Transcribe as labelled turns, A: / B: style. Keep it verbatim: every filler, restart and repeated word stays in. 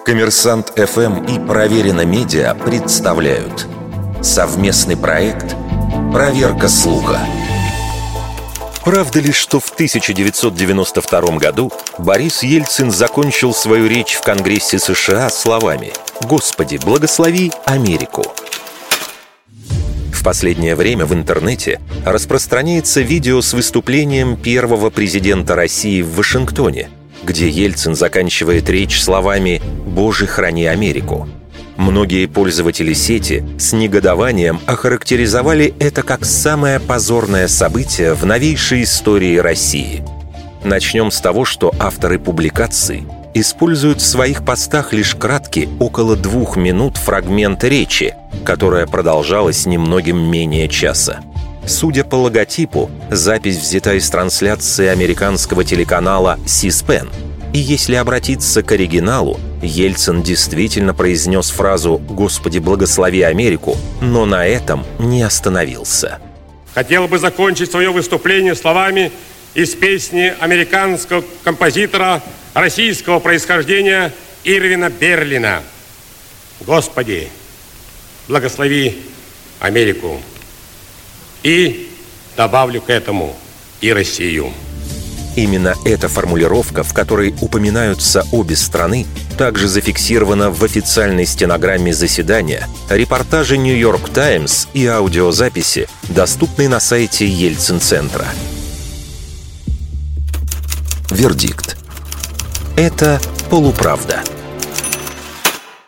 A: Коммерсант эф эм и Проверено Медиа представляют совместный проект «Проверка слуха». Правда ли, что в тысяча девятьсот девяносто втором году Борис Ельцин закончил свою речь в Конгрессе США словами «Господи, благослови Америку»? В последнее время в интернете распространяется видео с выступлением первого президента России в Вашингтоне, где Ельцин заканчивает речь словами «Боже, храни Америку». Многие пользователи сети с негодованием охарактеризовали это как самое позорное событие в новейшей истории России. Начнем с того, что авторы публикаций используют в своих постах лишь краткий, около двух минут фрагмент речи, которая продолжалась немногим менее часа. Судя по логотипу, запись взята из трансляции американского телеканала си-спен. И если обратиться к оригиналу, Ельцин действительно произнес фразу «Господи, благослови Америку», но на этом не остановился.
B: Хотел бы закончить свое выступление словами из песни американского композитора российского происхождения Ирвина Берлина. «Господи, благослови Америку». И добавлю к этому и Россию.
A: Именно эта формулировка, в которой упоминаются обе страны, также зафиксирована в официальной стенограмме заседания, репортаже «Нью-Йорк Таймс» и аудиозаписи, доступной на сайте Ельцин-центра. Вердикт. Это полуправда.